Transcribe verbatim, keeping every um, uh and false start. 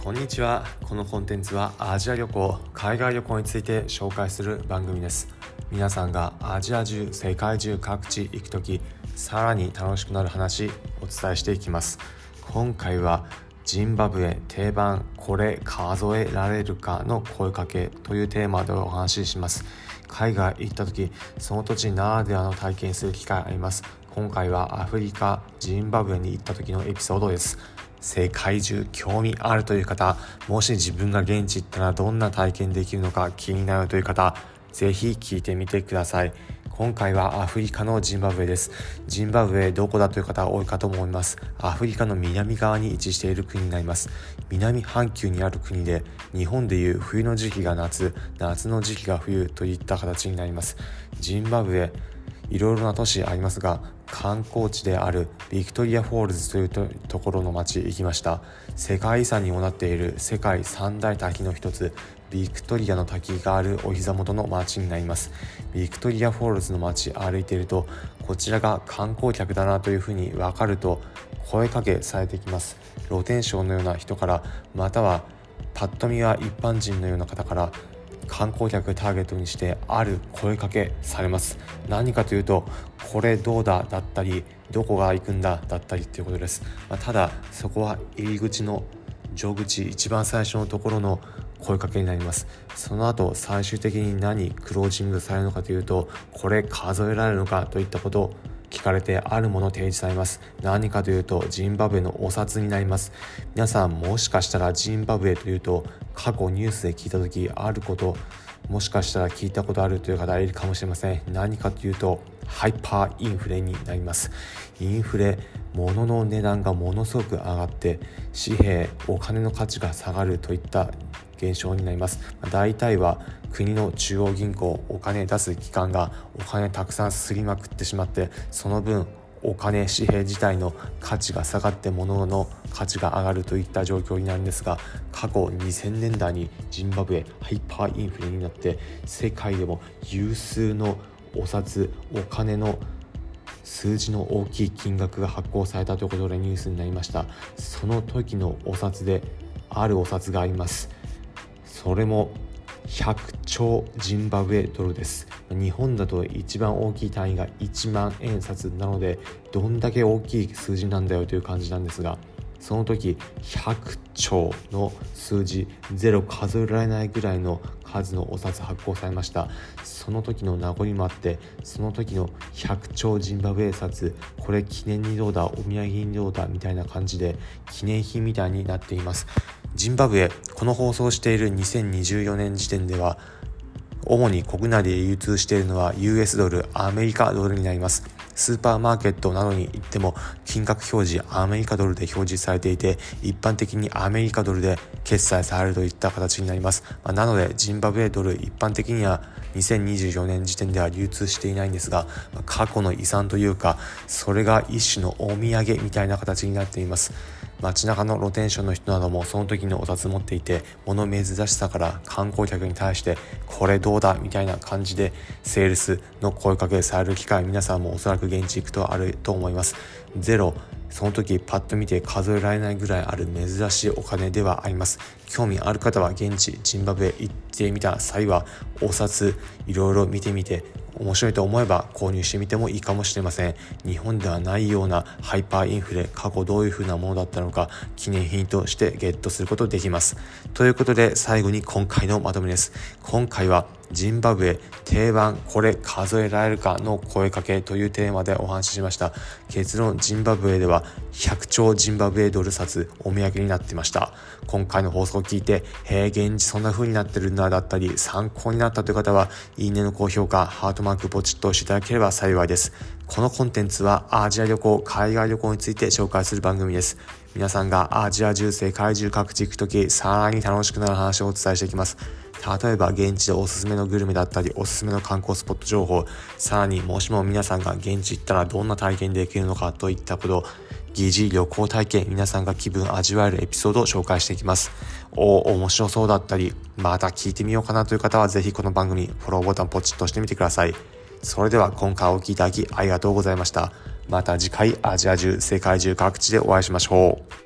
こんにちは。このコンテンツはアジア旅行、海外旅行について紹介する番組です。皆さんがアジア中、世界中各地行くとき、さらに楽しくなる話お伝えしていきます。今回はジンバブエ定番これ数えられるかの声かけというテーマでお話しします。海外行った時、その土地ならではの体験する機会あります。今回はアフリカジンバブエに行った時のエピソードです。世界中興味あるという方、もし自分が現地行ったらどんな体験できるのか気になるという方、ぜひ聞いてみてください。今回はアフリカのジンバブエです。ジンバブエどこだという方多いかと思います。アフリカの南側に位置している国になります。南半球にある国で、日本でいう冬の時期が夏、夏の時期が冬といった形になります。ジンバブエ、いろいろな都市ありますが、観光地であるビクトリアフォールズという と, ところの町行きました。世界遺産にもなっている世界三大滝の一つ、ビクトリアの滝があるお膝元の町になります。ビクトリアフォールズの町歩いていると、こちらが観光客だなというふうに分かると声かけされてきます。露天商のような人から、またはパッと見は一般人のような方から、観光客ターゲットにしてある声かけされます。何かというと、これどうだだったり、どこが行くんだだったりということです。まあ、ただそこは入り口の上口、一番最初のところの声かけになります。その後最終的に何クロージングされるのかというと、これ数えられるのかといったことを聞かれて、あるものを提示されます。何かというと、ジンバブエのお札になります。皆さんもしかしたらジンバブエというと、過去ニュースで聞いた時あること、もしかしたら聞いたことあるという方いるかもしれません。何かというと、ハイパーインフレになります。インフレ、物の値段がものすごく上がって、紙幣、お金の価値が下がるといった現象になります。大体は国の中央銀行、お金出す機関がお金たくさんすりまくってしまって、その分お金紙幣自体の価値が下がって物の価値が上がるといった状況になるんですが、過去にせんねんだいにジンバブエハイパーインフレになって、世界でも有数のお札、お金の数字の大きい金額が発行されたということでニュースになりました。その時のお札で、あるお札があります。それもひゃくちょうジンバブエドルです。日本だと一番大きい単位がいちまんえんさつなので、どんだけ大きい数字なんだよという感じなんですが、その時ひゃくちょうの数字、ゼロ数えられないぐらいの数のお札発行されました。その時の名残もあって、その時のひゃくちょうジンバブエ札、これ記念にどうだ、お土産にどうだみたいな感じで記念品みたいになっています。ジンバブエ、この放送しているにせんにじゅうよねん時点では、主に国内で流通しているのは ユーエス ドル、アメリカドルになります。スーパーマーケットなどに行っても金額表示アメリカドルで表示されていて、一般的にアメリカドルで決済されるといった形になります。まあ、なのでジンバブエドル、一般的にはにせんにじゅうよねん時点では流通していないんですが、まあ、過去の遺産というか、それが一種のお土産みたいな形になっています。街中の露天商の人などもその時のお札持っていて、物珍しさから観光客に対してこれどうだみたいな感じでセールスの声かけされる機会、皆さんもおそらく現地行くとあると思います。ゼロ、その時パッと見て数えられないぐらいある珍しいお金ではあります。興味ある方は現地ジンバブエ行ってみた際は、お札いろいろ見てみて、面白いと思えば購入してみてもいいかもしれません。日本ではないようなハイパーインフレ、過去どういう風なものだったのか、記念品としてゲットすることできます。ということで、最後に今回のまとめです。今回はジンバブエ定番これ数えられるかの声かけというテーマでお話ししました。結論、ジンバブエではひゃくちょうジンバブエドル札お土産になってました。今回の放送を聞いて、へー現地そんな風になってるんだだったり、参考になったという方は、いいねの高評価、ハートマークポチッと押していただければ幸いです。このコンテンツはアジア旅行、海外旅行について紹介する番組です。皆さんがアジア中、世界中各地行くとき、さらに楽しくなる話をお伝えしていきます。例えば現地でおすすめのグルメだったり、おすすめの観光スポット情報、さらにもしも皆さんが現地行ったらどんな体験できるのかといったこと、疑似旅行体験、皆さんが気分味わえるエピソードを紹介していきます。お面白そうだったり、また聞いてみようかなという方はぜひこの番組フォローボタンポチッと押してみてください。それでは今回お聞きいただきありがとうございました。また次回アジア中、世界中各地でお会いしましょう。